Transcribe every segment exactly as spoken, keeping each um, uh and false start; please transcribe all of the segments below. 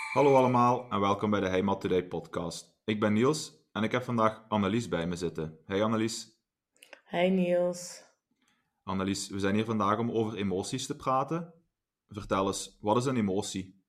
Hallo allemaal en welkom bij de Hey Matt Today podcast. Ik ben Niels en ik heb vandaag Annelies bij me zitten. Hey Annelies. Hi Niels. Annelies, we zijn hier vandaag om over emoties te praten. Vertel eens, wat is een emotie?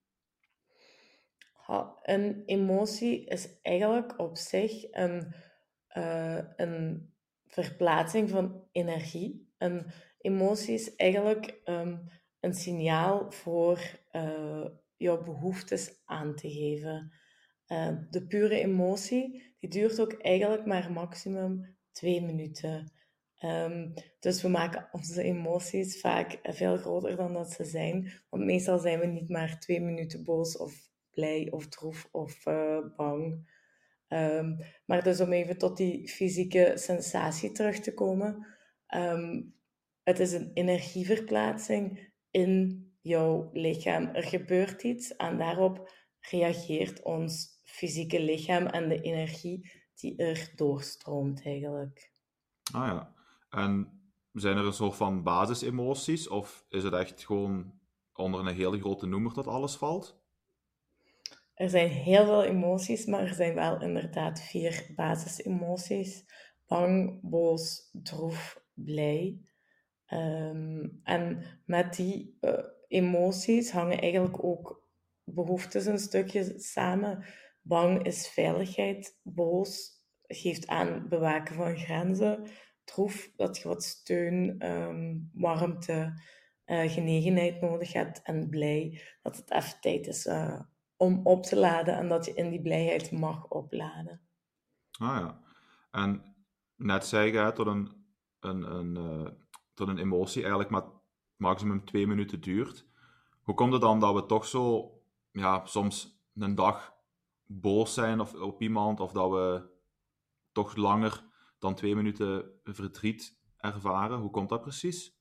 Ha, een emotie is eigenlijk op zich een, eh, een verplaatsing van energie. Een emotie is eigenlijk ehm, een signaal voor eh, jouw behoeftes aan te geven. Eh, de pure emotie, die duurt ook eigenlijk maar maximum twee minuten. Ehm, dus we maken onze emoties vaak veel groter dan dat ze zijn. Want meestal zijn we niet maar twee minuten boos of blij of droef of eh, bang. Ehm, maar dus om even tot die fysieke sensatie terug te komen. ehm, het is een energieverplaatsing in jouw lichaam. Er gebeurt iets en daarop reageert ons fysieke lichaam en de energie die er doorstroomt eigenlijk. Ah ja, en zijn er een soort van basisemoties of is het echt gewoon onder een hele grote noemer dat alles valt? Er zijn heel veel emoties, maar er zijn wel inderdaad vier basisemoties. Bang, boos, droef, blij. Ehm, en met die eh, emoties hangen eigenlijk ook behoeftes een stukje samen. Bang is veiligheid, boos geeft aan bewaken van grenzen, droef dat je wat steun, ehm, warmte, eh, genegenheid nodig hebt en blij dat het even tijd is eh, om op te laden en dat je in die blijheid mag opladen. Ah ja, en net zei je hè, tot een, een, een, eh, tot een emotie eigenlijk maar maximum twee minuten duurt. Hoe komt het dan dat we toch zo, ja, soms een dag boos zijn of, op iemand, of dat we toch langer dan twee minuten verdriet ervaren? Hoe komt dat precies?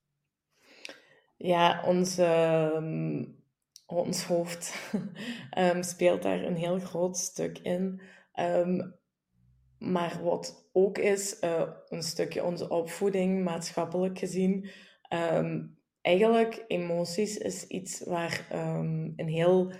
Ja, ons, ehm, ons hoofd ehm, speelt daar een heel groot stuk in. Ehm, maar wat ook is, eh, een stukje onze opvoeding, maatschappelijk gezien. Ehm, eigenlijk, emoties is iets waar ehm, een heel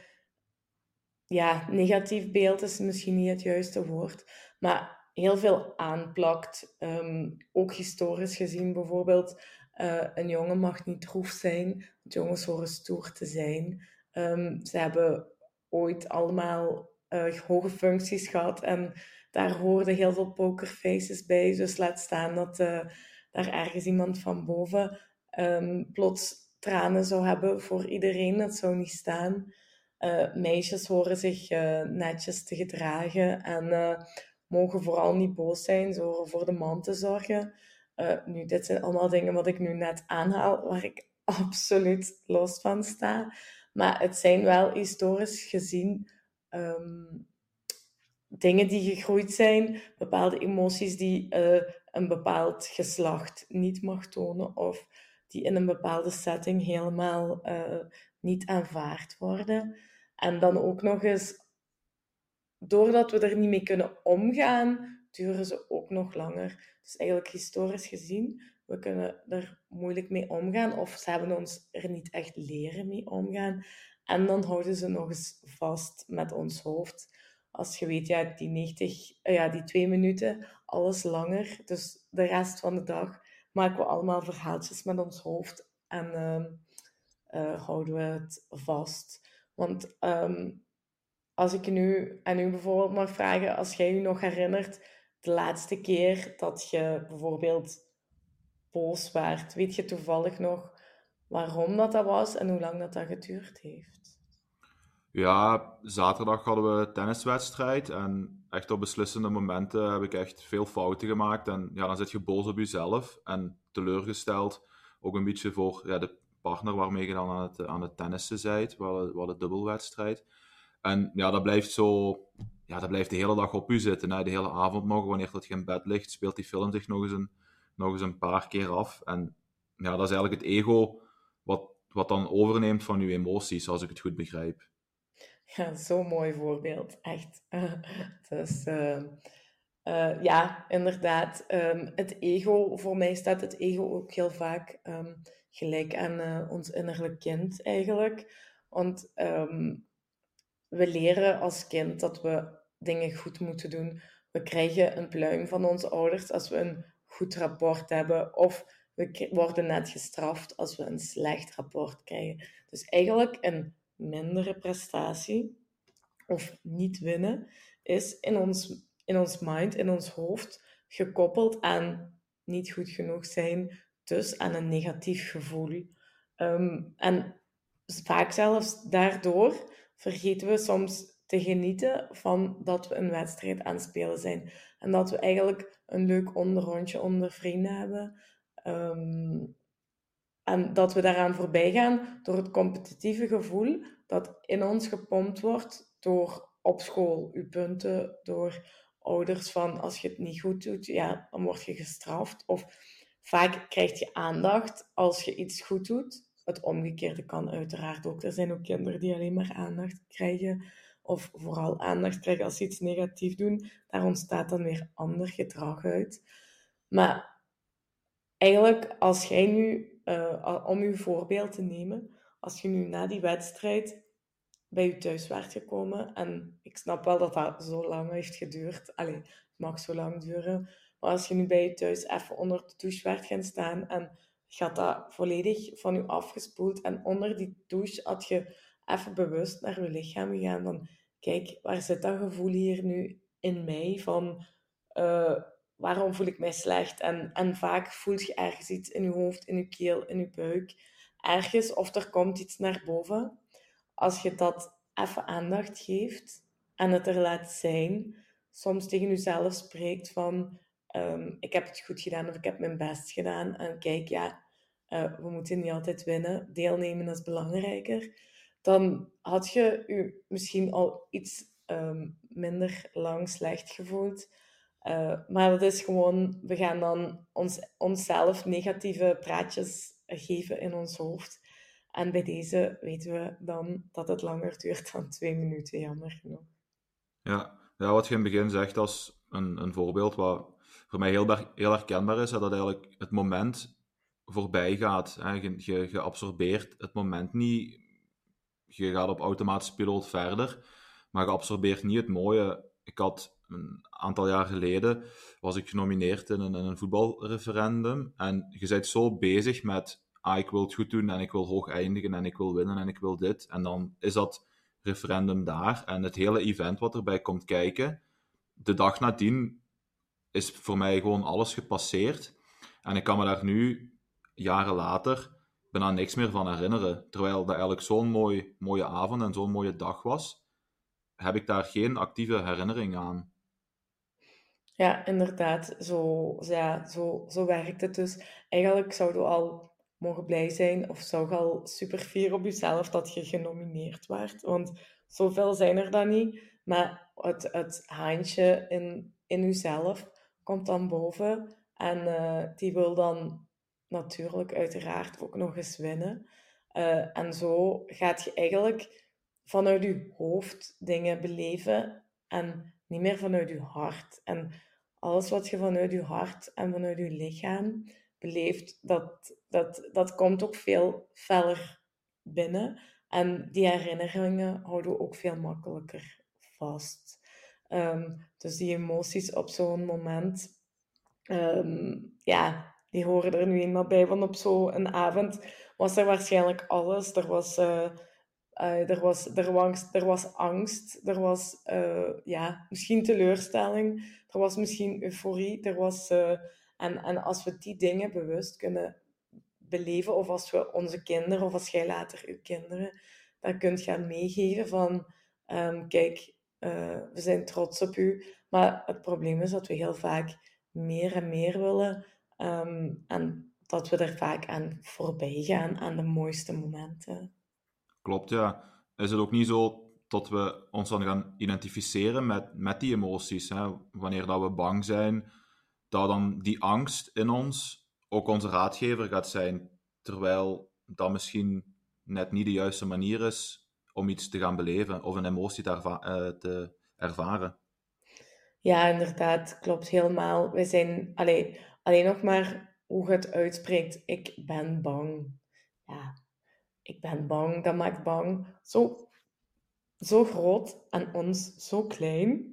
ja, negatief beeld is misschien niet het juiste woord, maar heel veel aanplakt. Ehm, ook historisch gezien bijvoorbeeld, eh, een jongen mag niet droef zijn, want jongens horen stoer te zijn. Ehm, ze hebben ooit allemaal eh, hoge functies gehad en daar hoorden heel veel pokerfaces bij. Dus laat staan dat eh, daar ergens iemand van boven ehm, plots tranen zou hebben voor iedereen. Dat zou niet staan. Uh, meisjes horen zich uh, netjes te gedragen en uh, mogen vooral niet boos zijn. Ze horen voor de man te zorgen. Uh, nu, dit zijn allemaal dingen wat ik nu net aanhaal, waar ik absoluut los van sta. Maar het zijn wel historisch gezien um, dingen die gegroeid zijn, bepaalde emoties die uh, een bepaald geslacht niet mag tonen of die in een bepaalde setting helemaal uh, niet aanvaard worden. En dan ook nog eens, doordat we er niet mee kunnen omgaan, duren ze ook nog langer. Dus eigenlijk historisch gezien, we kunnen er moeilijk mee omgaan of ze hebben ons er niet echt leren mee omgaan. En dan houden ze nog eens vast met ons hoofd. Als je weet, ja, die negentig, eh, ja, die twee minuten, alles langer. Dus de rest van de dag maken we allemaal verhaaltjes met ons hoofd en uh, uh, houden we het vast. Want um, als ik nu aan u bijvoorbeeld mag vragen, als jij je nog herinnert, de laatste keer dat je bijvoorbeeld boos werd, weet je toevallig nog waarom dat, dat was en hoe lang dat, dat geduurd heeft? Ja, zaterdag hadden we een tenniswedstrijd en echt op beslissende momenten heb ik echt veel fouten gemaakt. En ja, dan zit je boos op jezelf en teleurgesteld. Ook een beetje voor ja, de partner waarmee je dan aan het, aan het tennissen bent. We hadden, we hadden een dubbelwedstrijd. En ja, dat blijft zo... Ja, dat blijft de hele dag op u zitten. Hè. De hele avond nog, wanneer dat je in bed ligt, speelt die film zich nog eens een, nog eens een paar keer af. En ja, dat is eigenlijk het ego wat, wat dan overneemt van uw emoties, als ik het goed begrijp. Ja, zo'n mooi voorbeeld, echt. Dus uh, uh, ja, inderdaad. Um, het ego, voor mij staat het ego ook heel vaak um, gelijk aan uh, ons innerlijk kind eigenlijk. Want um, we leren als kind dat we dingen goed moeten doen. We krijgen een pluim van onze ouders als we een goed rapport hebben, of we k- worden net gestraft als we een slecht rapport krijgen. Dus eigenlijk een mindere prestatie of niet winnen is in ons, in ons mind, in ons hoofd, gekoppeld aan niet goed genoeg zijn, dus aan een negatief gevoel. Ehm, en vaak zelfs daardoor vergeten we soms te genieten van dat we een wedstrijd aan het spelen zijn. En dat we eigenlijk een leuk onderrondje onder vrienden hebben. Ehm, en dat we daaraan voorbij gaan door het competitieve gevoel dat in ons gepompt wordt door op school uw punten, door ouders van als je het niet goed doet, ja, dan word je gestraft. Of vaak krijg je aandacht als je iets goed doet. Het omgekeerde kan uiteraard ook. Er zijn ook kinderen die alleen maar aandacht krijgen, of vooral aandacht krijgen als ze iets negatief doen. Daar ontstaat dan weer ander gedrag uit. Maar eigenlijk, als jij nu, uh, om uw voorbeeld te nemen, als je nu na die wedstrijd bij je thuis werd gekomen, en ik snap wel dat dat zo lang heeft geduurd, allee, het mag zo lang duren, maar als je nu bij je thuis even onder de douche werd gaan staan en je had dat volledig van je afgespoeld en onder die douche had je even bewust naar je lichaam gegaan van, kijk, waar zit dat gevoel hier nu in mij van... Uh, waarom voel ik mij slecht? En, en vaak voel je ergens iets in je hoofd, in je keel, in je buik. Ergens, of er komt iets naar boven. Als je dat even aandacht geeft en het er laat zijn, soms tegen jezelf spreekt van um, ik heb het goed gedaan of ik heb mijn best gedaan. En kijk, ja, uh, we moeten niet altijd winnen. Deelnemen is belangrijker. Dan had je je misschien al iets um, minder lang slecht gevoeld. Uh, maar dat is gewoon, we gaan dan ons, onszelf negatieve praatjes geven in ons hoofd. En bij deze weten we dan dat het langer duurt dan twee minuten, jammer genoeg. Ja, ja, wat je in het begin zegt als een, een voorbeeld wat voor mij heel, her- heel herkenbaar is, hè, dat eigenlijk het moment voorbij gaat. Hè. Je, je, je absorbeert het moment niet. Je gaat op automatische piloot verder, maar je absorbeert niet het mooie. Ik had een aantal jaar geleden, was ik genomineerd in een, in een voetbalreferendum en je bent zo bezig met ah, ik wil het goed doen en ik wil hoog eindigen en ik wil winnen en ik wil dit. En dan is dat referendum daar en het hele event wat erbij komt kijken. De dag nadien is voor mij gewoon alles gepasseerd. En ik kan me daar nu, jaren later, bijna niks meer van herinneren. Terwijl dat eigenlijk zo'n mooi, mooie avond en zo'n mooie dag was, heb ik daar geen actieve herinnering aan. Ja, inderdaad. Zo, ja, zo, zo werkt het dus. Eigenlijk zou je al mogen blij zijn of zou je al super fier op jezelf dat je genomineerd werd. Want zoveel zijn er dan niet. Maar het, het haantje in, in jezelf komt dan boven. En eh, die wil dan natuurlijk uiteraard ook nog eens winnen. Eh, en zo gaat je eigenlijk vanuit je hoofd dingen beleven en niet meer vanuit je hart. En alles wat je vanuit je hart en vanuit je lichaam beleeft, dat, dat, dat komt ook veel feller binnen. En die herinneringen houden we ook veel makkelijker vast. Um, dus die emoties op zo'n moment, um, ja, die horen er nu eenmaal bij. Want op zo'n avond was er waarschijnlijk alles. Er was... Uh, uh, er, was, er, was, er was angst, er was uh, ja, misschien teleurstelling, er was misschien euforie, er was... Uh, en, en als we die dingen bewust kunnen beleven, of als we onze kinderen, of als jij later je kinderen, dat kunt gaan meegeven van, um, kijk, uh, we zijn trots op u. Maar het probleem is dat we heel vaak meer en meer willen, um, en dat we er vaak aan voorbij gaan, aan de mooiste momenten. Klopt, ja. Is het ook niet zo dat we ons dan gaan identificeren met, met die emoties? Hè? Wanneer dat we bang zijn, dat dan die angst in ons ook onze raadgever gaat zijn, terwijl dat misschien net niet de juiste manier is om iets te gaan beleven of een emotie te, erva- eh, te ervaren. Ja, inderdaad, klopt helemaal. We zijn allee, alleen nog maar hoe je het uitspreekt. Ik ben bang. Ja, ik ben bang, dat maakt bang. Zo zo groot en ons zo klein,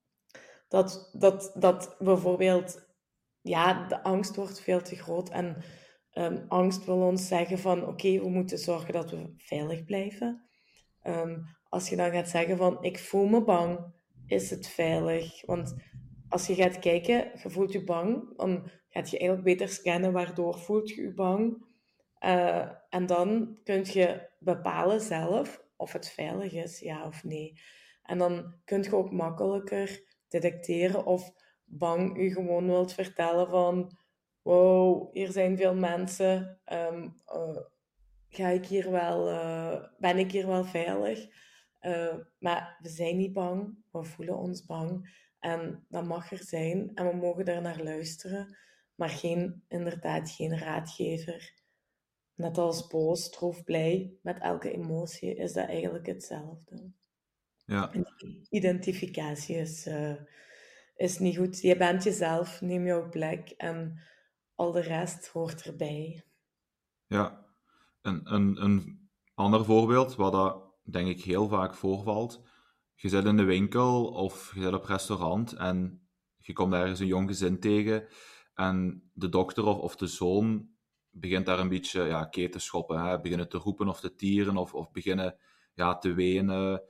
dat, dat, dat bijvoorbeeld, ja, de angst wordt veel te groot en um, angst wil ons zeggen van, oké, okay, we moeten zorgen dat we veilig blijven. Um, als je dan gaat zeggen van, ik voel me bang, is het veilig? Want als je gaat kijken, je voelt je bang, dan gaat je eigenlijk beter scannen waardoor voelt je je bang. Uh, en dan kun je bepalen zelf of het veilig is, ja of nee. En dan kun je ook makkelijker detecteren of bang je gewoon wilt vertellen van wow, hier zijn veel mensen, um, uh, ga ik hier wel, uh, ben ik hier wel veilig? Uh, maar we zijn niet bang, we voelen ons bang en dat mag er zijn en we mogen daar naar luisteren, maar geen, inderdaad geen raadgever. Net als boos, troef, blij, met elke emotie is dat eigenlijk hetzelfde. Ja, En die identificatie is, uh, is niet goed. Je bent jezelf, neem jouw plek en al de rest hoort erbij. ja. Een, een, een ander voorbeeld, wat dat denk ik heel vaak voorvalt. Je zit in de winkel of je zit op restaurant en je komt ergens een jong gezin tegen en de dochter of, of de zoon begint daar een beetje ja, kee te schoppen. Hè? Beginnen te roepen of te tieren of, of beginnen ja, te wenen.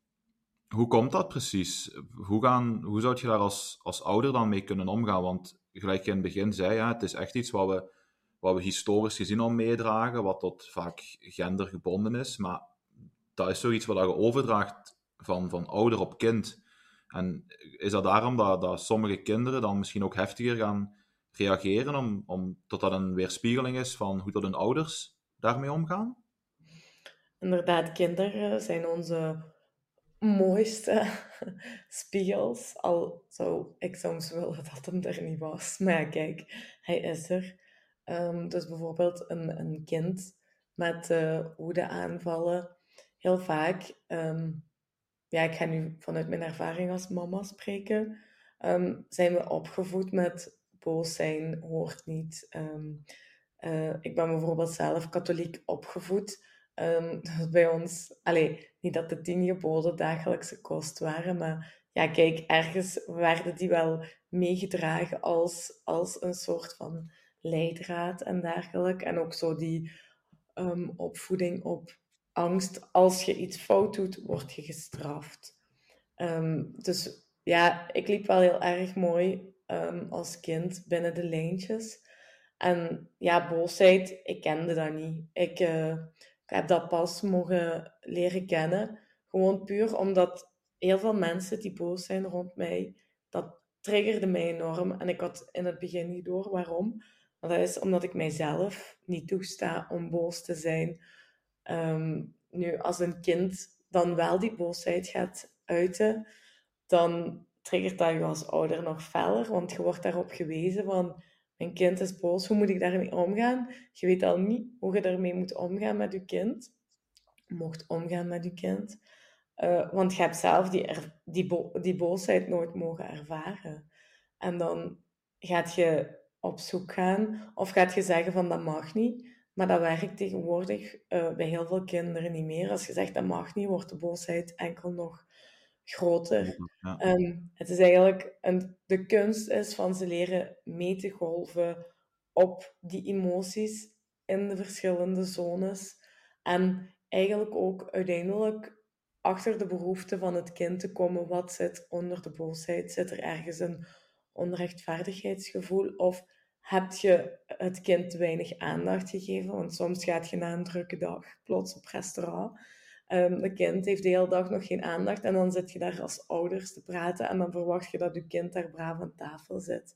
Hoe komt dat precies? Hoe, gaan, hoe zou je daar als, als ouder dan mee kunnen omgaan? Want gelijk je in het begin zei, ja, het is echt iets wat we, wat we historisch gezien al meedragen, wat tot vaak gendergebonden is. Maar dat is zoiets wat je overdraagt van, van ouder op kind. En is dat daarom dat, dat sommige kinderen dan misschien ook heftiger gaan reageren, om, om, tot dat een weerspiegeling is van hoe dat hun ouders daarmee omgaan? Inderdaad, kinderen zijn onze mooiste spiegels. Al zou ik soms willen dat hem er niet was. Maar ja, kijk, hij is er. Um, dus bijvoorbeeld een, een kind met uh, woedeaanvallen. Heel vaak, um, ja, ik ga nu vanuit mijn ervaring als mama spreken, um, zijn we opgevoed met boos zijn hoort niet. Um, uh, ik ben bijvoorbeeld zelf katholiek opgevoed. Um, dus bij ons, allee, niet dat de tien geboden dagelijkse kost waren, maar ja, kijk, ergens werden die wel meegedragen als, als een soort van leidraad en dergelijke. En ook zo die um, opvoeding op angst. Als je iets fout doet, word je gestraft. Um, dus ja, ik liep wel heel erg mooi um, als kind binnen de lijntjes. En ja, boosheid, ik kende dat niet. Ik, uh, ik heb dat pas mogen leren kennen. Gewoon puur omdat heel veel mensen die boos zijn rond mij, dat triggerde mij enorm. En ik had in het begin niet door waarom. Maar dat is omdat ik mijzelf niet toesta om boos te zijn. Um, nu, als een kind dan wel die boosheid gaat uiten, dan triggert dat je als ouder nog feller, want je wordt daarop gewezen van mijn kind is boos, hoe moet ik daarmee omgaan? Je weet al niet hoe je daarmee moet omgaan met je kind. Je mocht omgaan met je kind. Uh, want je hebt zelf die, er, die, bo die boosheid nooit mogen ervaren. En dan gaat je op zoek gaan of gaat je zeggen van dat mag niet. Maar dat werkt tegenwoordig uh, bij heel veel kinderen niet meer. Als je zegt dat mag niet, wordt de boosheid enkel nog groter. Ja. Um, het is eigenlijk een, de kunst is van ze leren mee te golven op die emoties in de verschillende zones. En eigenlijk ook uiteindelijk achter de behoefte van het kind te komen. Wat zit onder de boosheid? Zit er ergens een onrechtvaardigheidsgevoel? Of heb je het kind te weinig aandacht gegeven? Want soms gaat je na een drukke dag plots op restaurant. Um, het kind heeft de hele dag nog geen aandacht en dan zit je daar als ouders te praten en dan verwacht je dat je kind daar braaf aan tafel zit.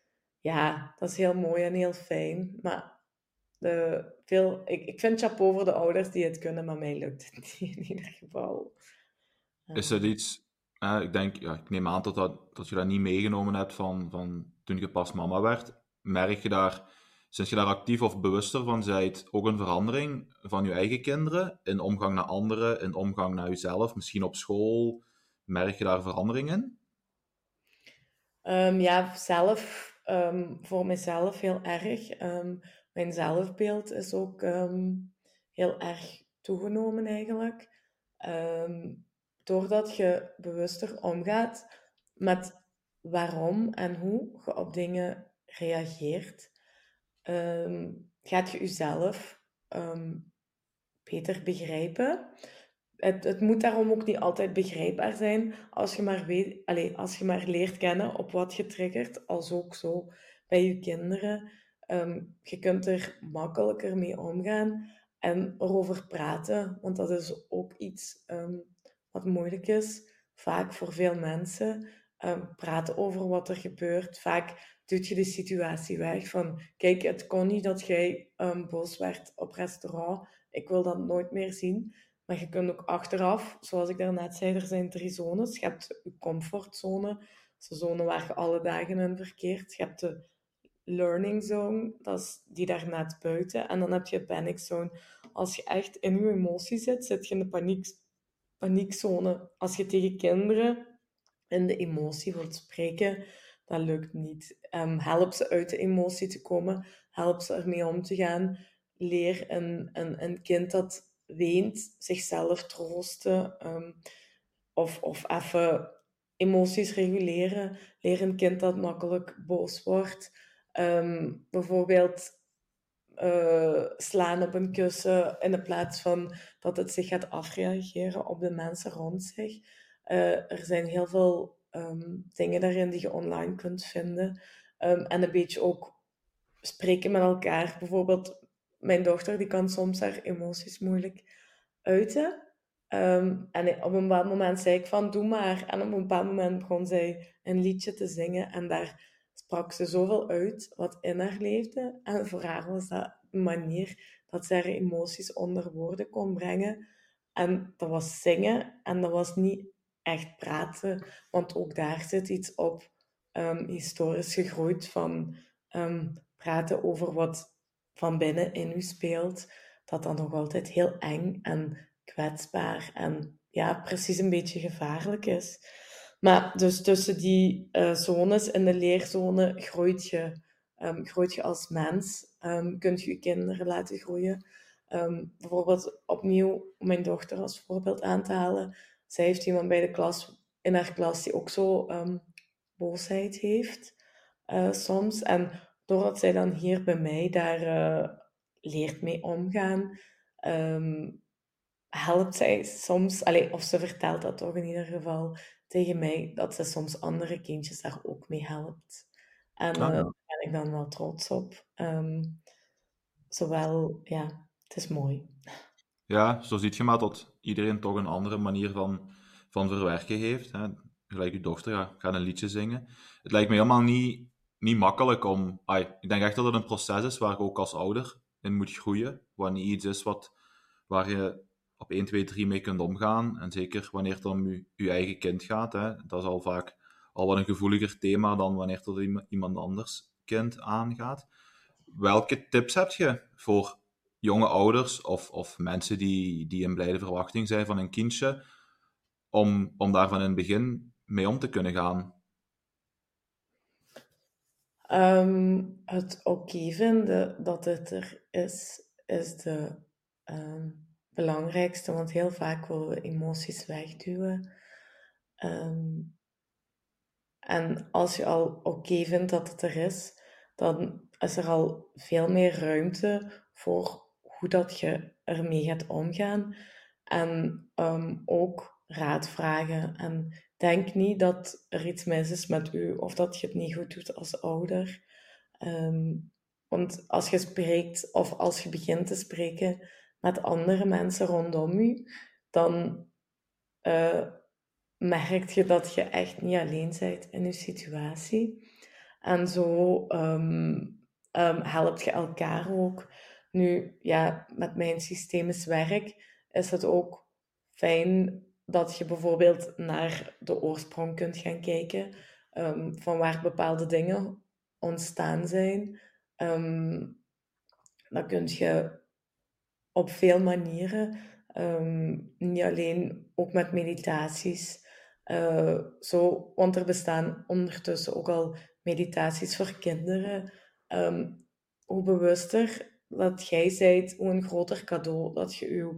Ja, dat is heel mooi en heel fijn, maar de, veel, ik, ik vind chapeau voor de ouders die het kunnen, maar mij lukt het niet in ieder geval. Is er Um, iets, eh, ik denk, ja, ik neem aan dat, dat, dat je dat niet meegenomen hebt van, van toen je pas mama werd. Merk je daar, sinds je daar actief of bewuster van bent, ook een verandering van je eigen kinderen in omgang naar anderen, in omgang naar jezelf, misschien op school? Merk je daar verandering in? um, ja, zelf, um, voor mezelf heel erg. Um, mijn zelfbeeld is ook um, heel erg toegenomen eigenlijk. Um, doordat je bewuster omgaat met waarom en hoe je op dingen reageert, ehm, gaat je jezelf ehm, beter begrijpen. Het, het moet daarom ook niet altijd begrijpbaar zijn als je maar, weet, allez, als je maar leert kennen op wat je triggert, als ook zo bij je kinderen. Ehm, je kunt er makkelijker mee omgaan en erover praten, want dat is ook iets ehm, wat moeilijk is, vaak voor veel mensen. Ehm, praten over wat er gebeurt. Vaak doet je de situatie weg van, kijk, het kon niet dat jij ehm, boos werd op restaurant, ik wil dat nooit meer zien. Maar je kunt ook achteraf, zoals ik daarnet zei, er zijn drie zones. Je hebt je comfortzone, dat is de zone waar je alle dagen in verkeert. Je hebt de learning zone, dat is die daar net buiten. En dan heb je panic zone. Als je echt in je emotie zit, zit je in de paniek, paniekzone. Als je tegen kinderen in de emotie wilt spreken, dat lukt niet. Um, help ze uit de emotie te komen. Help ze ermee om te gaan. Leer een, een, een kind dat weent, zichzelf troosten. Um, of, of even emoties reguleren. Leer een kind dat makkelijk boos wordt. Um, bijvoorbeeld uh, slaan op een kussen in de plaats van dat het zich gaat afreageren op de mensen rond zich. Uh, er zijn heel veel um, dingen daarin die je online kunt vinden. Um, en een beetje ook spreken met elkaar. Bijvoorbeeld, mijn dochter die kan soms haar emoties moeilijk uiten. Um, en op een bepaald moment zei ik van, doe maar. En op een bepaald moment begon zij een liedje te zingen. En daar sprak ze zoveel uit wat in haar leefde. En voor haar was dat een manier dat ze haar emoties onder woorden kon brengen. En dat was zingen. En dat was niet echt praten. Want ook daar zit iets op um, historisch gegroeid van um, praten over wat van binnen in u speelt. Dat dan nog altijd heel eng en kwetsbaar en ja, precies een beetje gevaarlijk is. Maar dus tussen die uh, zones in de leerzone groeit je, um, groeit je als mens. Um, kunt je je kinderen laten groeien. Um, bijvoorbeeld opnieuw om mijn dochter als voorbeeld aan te halen. Zij heeft iemand bij de klas, in haar klas die ook zo um, boosheid heeft uh, soms. En doordat zij dan hier bij mij daar uh, leert mee omgaan, um, helpt zij soms, allez, of ze vertelt dat toch in ieder geval tegen mij, dat ze soms andere kindjes daar ook mee helpt. En uh, Ah, daar ja. ben ik dan wel trots op. Um, zowel, ja, het is mooi. Ja, zo zie je maar dat iedereen toch een andere manier van, van verwerken heeft. Hè. Gelijk je dochter ja, gaat een liedje zingen. Het lijkt me helemaal niet, niet makkelijk om... Ai, ik denk echt dat het een proces is waar je ook als ouder in moet groeien. Waar niet iets is wat, waar je op één, twee, drie mee kunt omgaan. En zeker wanneer het om je, je eigen kind gaat. Hè. Dat is al vaak al wat een gevoeliger thema dan wanneer het om iemand anders kind aangaat. Welke tips heb je voor jonge ouders of, of mensen die, die in blijde verwachting zijn van een kindje, om, om daar van in het begin mee om te kunnen gaan? Um, het oké vinden dat het er is, is de um, belangrijkste, want heel vaak willen we emoties wegduwen. Um, en als je al oké vindt dat het er is, dan is er al veel meer ruimte voor hoe dat je ermee gaat omgaan. En um, ook raad vragen. En denk niet dat er iets mis is met u of dat je het niet goed doet als ouder. Um, want als je spreekt of als je begint te spreken met andere mensen rondom u, dan uh, merk je dat je echt niet alleen bent in je situatie. En zo um, um, helpt je elkaar ook. Nu, ja, met mijn systemisch werk is het ook fijn dat je bijvoorbeeld naar de oorsprong kunt gaan kijken um, van waar bepaalde dingen ontstaan zijn. Um, dan kun je op veel manieren, um, niet alleen ook met meditaties. Uh, zo, want er bestaan ondertussen ook al meditaties voor kinderen. Um, hoe bewuster dat jij zijt, hoe een groter cadeau dat je uw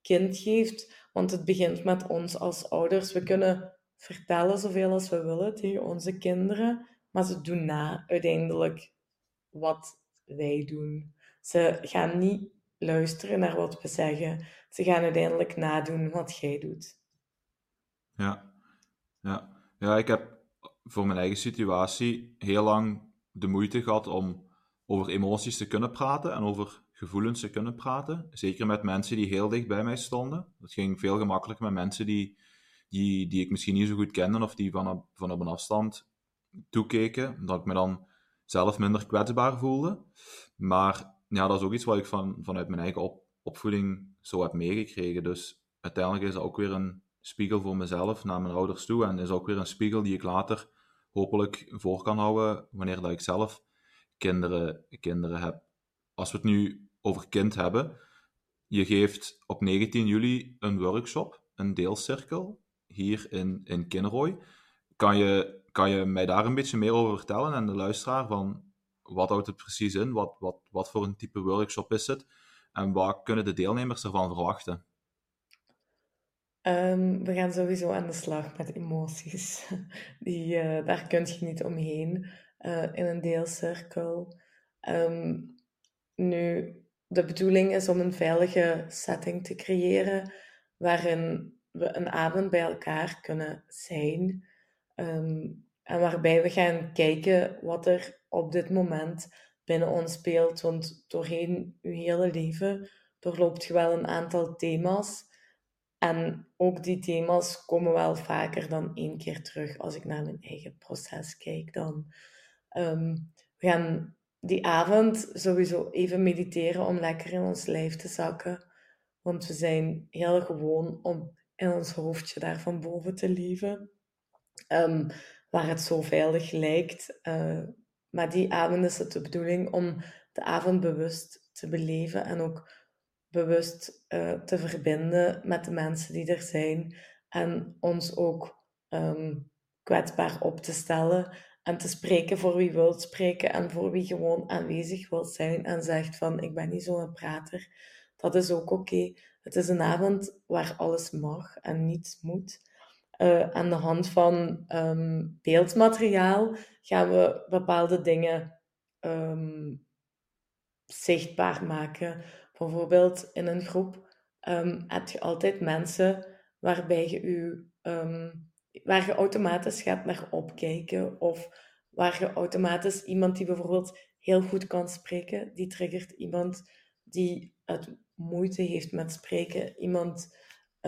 kind geeft, want het begint met ons als ouders. We kunnen vertellen zoveel als we willen tegen onze kinderen, maar ze doen na uiteindelijk wat wij doen. Ze gaan niet luisteren naar wat we zeggen. Ze gaan uiteindelijk nadoen wat jij doet. Ja, ja. Ja, ik heb voor mijn eigen situatie heel lang de moeite gehad om over emoties te kunnen praten en over gevoelens te kunnen praten. Zeker met mensen die heel dicht bij mij stonden. Dat ging veel gemakkelijker met mensen die, die, die ik misschien niet zo goed kende of die van op, van op een afstand toekeken, omdat ik me dan zelf minder kwetsbaar voelde. Maar ja, dat is ook iets wat ik van, vanuit mijn eigen op, opvoeding zo heb meegekregen. Dus uiteindelijk is dat ook weer een spiegel voor mezelf naar mijn ouders toe. En is ook weer een spiegel die ik later hopelijk voor kan houden wanneer dat ik zelf kinderen, kinderen heb. Als we het nu over kind hebben, je geeft op negentien juli een workshop, een deelcirkel, hier in, in Kinrooi. Kan je, kan je mij daar een beetje meer over vertellen en de luisteraar van wat houdt het precies in? Wat, wat, wat voor een type workshop is het? En wat kunnen de deelnemers ervan verwachten? Um, we gaan sowieso aan de slag met emoties. Die, uh, daar kun je niet omheen uh, in een deelcirkel. Um, nu, de bedoeling is om een veilige setting te creëren waarin we een avond bij elkaar kunnen zijn. Um, en waarbij we gaan kijken wat er op dit moment binnen ons speelt. Want doorheen je hele leven doorloopt je wel een aantal thema's. En ook die thema's komen wel vaker dan één keer terug als ik naar mijn eigen proces kijk. Dan, um, we gaan die avond sowieso even mediteren om lekker in ons lijf te zakken. Want we zijn heel gewoon om in ons hoofdje daar van boven te leven. Um, waar het zo veilig lijkt. Uh, maar die avond is het de bedoeling om de avond bewust te beleven en ook bewust uh, te verbinden met de mensen die er zijn en ons ook um, kwetsbaar op te stellen en te spreken voor wie wil spreken en voor wie gewoon aanwezig wil zijn en zegt van ik ben niet zo'n prater. Dat is ook oké. Okay. Het is een avond waar alles mag en niets moet. Uh, aan de hand van um, beeldmateriaal gaan we bepaalde dingen um, zichtbaar maken. Bijvoorbeeld in een groep um, heb je altijd mensen waarbij je u, um, waar je automatisch gaat naar opkijken of waar je automatisch iemand die bijvoorbeeld heel goed kan spreken, die triggert iemand die het moeite heeft met spreken, iemand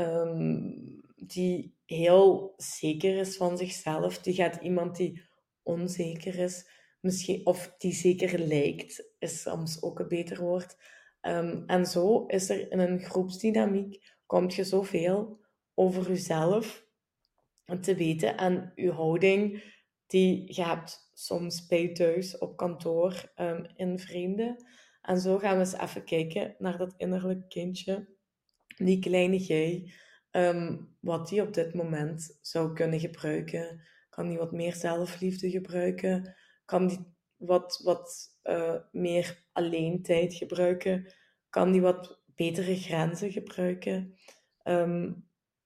um, die heel zeker is van zichzelf, die gaat iemand die onzeker is, misschien, of die zeker lijkt, is soms ook een beter woord. Um, en zo is er in een groepsdynamiek, komt je zoveel over jezelf te weten en je houding die je hebt soms bij je thuis, op kantoor, um, in vrienden. En zo gaan we eens even kijken naar dat innerlijk kindje, die kleine jij, um, wat die op dit moment zou kunnen gebruiken. Kan die wat meer zelfliefde gebruiken? Kan die wat, wat uh, meer alleentijd gebruiken? Kan die wat betere grenzen gebruiken? Um,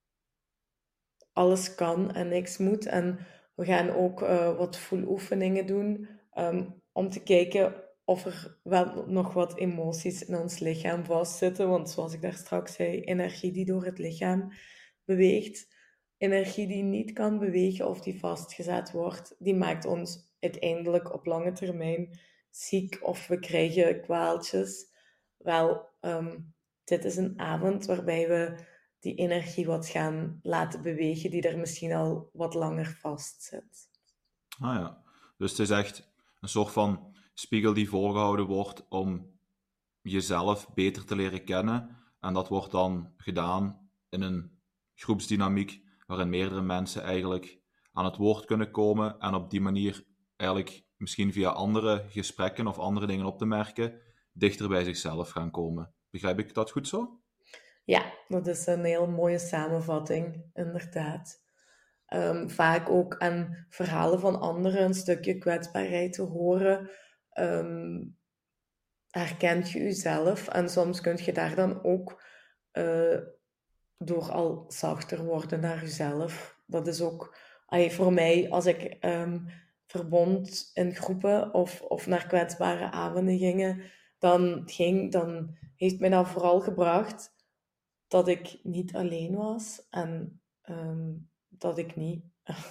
alles kan en niks moet. En we gaan ook uh, wat voeloefeningen doen um, om te kijken of er wel nog wat emoties in ons lichaam vastzitten. Want zoals ik daar straks zei, energie die door het lichaam beweegt, energie die niet kan bewegen of die vastgezet wordt, die maakt ons uiteindelijk op lange termijn ziek of we krijgen kwaaltjes. Wel, um, dit is een avond waarbij we die energie wat gaan laten bewegen, die er misschien al wat langer vast zit. Ah ja, dus het is echt een soort van spiegel die voorgehouden wordt om jezelf beter te leren kennen. En dat wordt dan gedaan in een groepsdynamiek waarin meerdere mensen eigenlijk aan het woord kunnen komen en op die manier eigenlijk misschien via andere gesprekken of andere dingen op te merken, dichter bij zichzelf gaan komen. Begrijp ik dat goed zo? Ja, dat is een heel mooie samenvatting, inderdaad. Um, vaak ook aan verhalen van anderen een stukje kwetsbaarheid te horen. Um, herkent je jezelf en soms kun je daar dan ook uh, door al zachter worden naar jezelf. Dat is ook allee, voor mij, als ik ehm, verbond in groepen of, of naar kwetsbare avonden gingen, dan, ging, dan heeft mij dat vooral gebracht dat ik niet alleen was en ehm, dat ik niet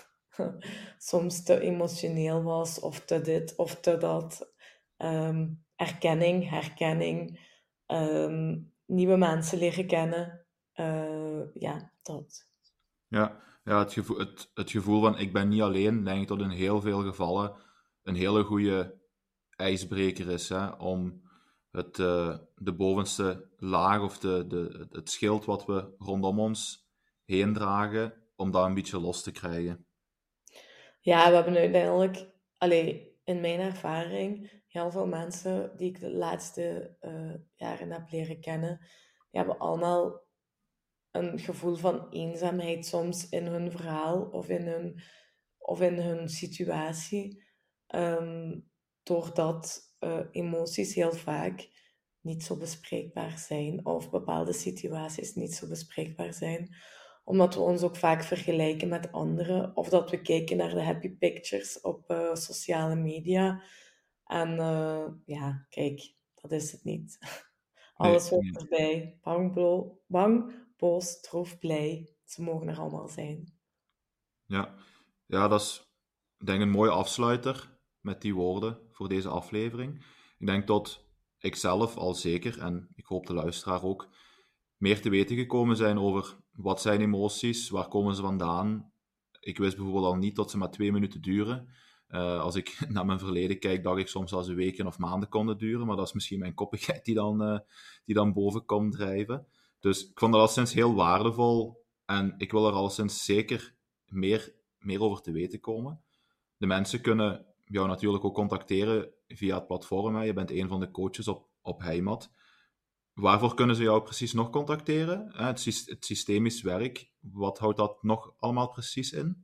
soms te emotioneel was of te dit of te dat. Ehm, erkenning, herkenning, ehm, nieuwe mensen leren kennen. Eh, ja, dat. Ja, ja het, gevoel, het, het gevoel van ik ben niet alleen, denk ik dat in heel veel gevallen een hele goede ijsbreker is, hè, om het, eh, de bovenste laag of de, de, het schild wat we rondom ons heen dragen, om dat een beetje los te krijgen. Ja, we hebben uiteindelijk, allee, in mijn ervaring, heel veel mensen die ik de laatste eh, jaren heb leren kennen, die hebben allemaal een gevoel van eenzaamheid soms in hun verhaal of in hun, of in hun situatie. Ehm, doordat eh, emoties heel vaak niet zo bespreekbaar zijn of bepaalde situaties niet zo bespreekbaar zijn. Omdat we ons ook vaak vergelijken met anderen of dat we kijken naar de happy pictures op eh, sociale media. En eh, ja, kijk, dat is het niet. Nee, Alles hoort nee. erbij. Bang, blo- bang, boos, troef, blij. Ze mogen er allemaal zijn. Ja. Ja, dat is denk ik een mooie afsluiter met die woorden voor deze aflevering. Ik denk dat ik zelf al zeker, en ik hoop de luisteraar ook, meer te weten gekomen zijn over wat zijn emoties, waar komen ze vandaan. Ik wist bijvoorbeeld al niet dat ze maar twee minuten duren. Eh, als ik naar mijn verleden kijk, dacht ik soms dat ze weken of maanden konden duren, maar dat is misschien mijn koppigheid die dan, eh, die dan boven komt drijven. Dus ik vond dat alleszins heel waardevol en ik wil er alleszins zeker meer, meer over te weten komen. De mensen kunnen jou natuurlijk ook contacteren via het platform. Hè. Je bent een van de coaches op, op Heimat. Waarvoor kunnen ze jou precies nog contacteren? Eh, Het, sys- het systemisch werk, wat houdt dat nog allemaal precies in?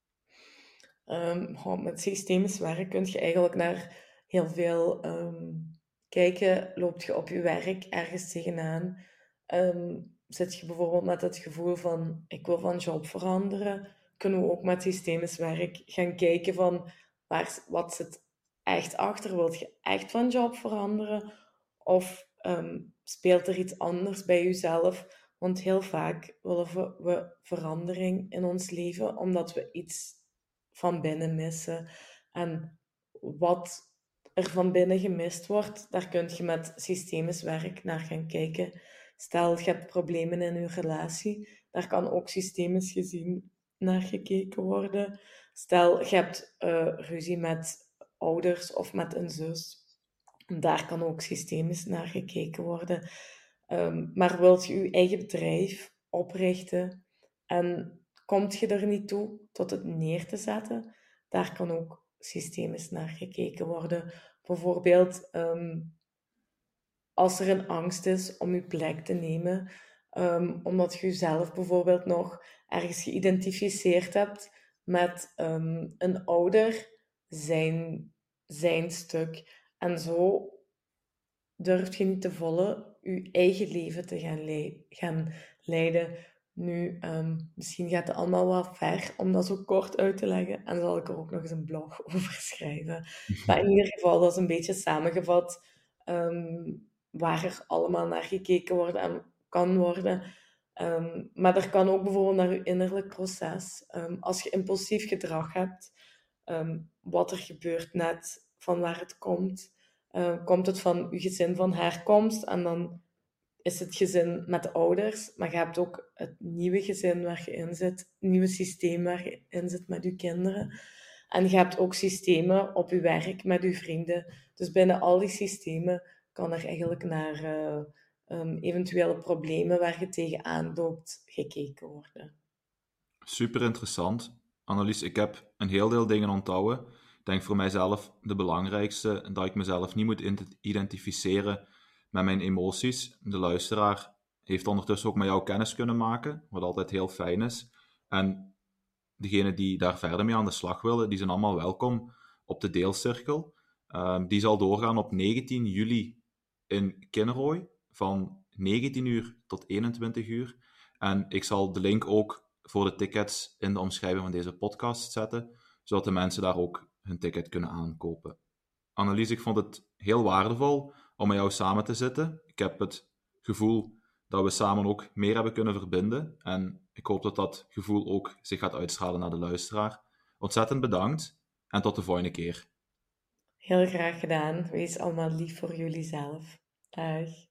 Ehm, goh, met systemisch werk kun je eigenlijk naar heel veel ehm, kijken. Loopt je op je werk ergens tegenaan? Ehm, zit je bijvoorbeeld met het gevoel van ik wil van job veranderen? Kunnen we ook met systemisch werk gaan kijken van waar, wat zit echt achter? Wilt je echt van job veranderen? Of ehm, speelt er iets anders bij jezelf? Want heel vaak willen we, we verandering in ons leven omdat we iets van binnen missen. En wat er van binnen gemist wordt, daar kun je met systemisch werk naar gaan kijken. Stel, je hebt problemen in je relatie, daar kan ook systemisch gezien naar gekeken worden. Stel, je hebt eh, ruzie met ouders of met een zus, daar kan ook systemisch naar gekeken worden. Um, maar wilt je je eigen bedrijf oprichten en komt je er niet toe tot het neer te zetten, daar kan ook systemisch naar gekeken worden. Bijvoorbeeld um, als er een angst is om je plek te nemen, um, omdat je jezelf bijvoorbeeld nog ergens geïdentificeerd hebt met um, een ouder, zijn, zijn stuk. En zo durf je niet te volle je eigen leven te gaan, le gaan leiden. Nu, um, misschien gaat het allemaal wel ver om dat zo kort uit te leggen. En zal ik er ook nog eens een blog over schrijven. Maar in ieder geval, dat is een beetje samengevat um, waar er allemaal naar gekeken wordt en kan worden. Um, maar er kan ook bijvoorbeeld naar je innerlijk proces. Um, als je impulsief gedrag hebt, um, wat er gebeurt net, van waar het komt. Uh, komt het van je gezin van herkomst en dan is het gezin met de ouders, maar je hebt ook het nieuwe gezin waar je in zit, het nieuwe systeem waar je in zit met je kinderen. En je hebt ook systemen op je werk met je vrienden. Dus binnen al die systemen kan er eigenlijk naar uh, um, eventuele problemen waar je tegenaan loopt gekeken worden. Super interessant. Annelies, ik heb een heel deel dingen onthouden. Ik denk voor mijzelf de belangrijkste, dat ik mezelf niet moet identificeren met mijn emoties. De luisteraar heeft ondertussen ook met jou kennis kunnen maken, wat altijd heel fijn is. En degenen die daar verder mee aan de slag willen, die zijn allemaal welkom op de deelcirkel. Uh, die zal doorgaan op negentien juli in Kinrooi, van negentien uur tot eenentwintig uur. En ik zal de link ook voor de tickets in de omschrijving van deze podcast zetten, zodat de mensen daar ook hun ticket kunnen aankopen. Annelies, ik vond het heel waardevol om met jou samen te zitten. Ik heb het gevoel dat we samen ook meer hebben kunnen verbinden. En ik hoop dat dat gevoel ook zich gaat uitstralen naar de luisteraar. Ontzettend bedankt en tot de volgende keer. Heel graag gedaan. Wees allemaal lief voor jullie zelf. Dag.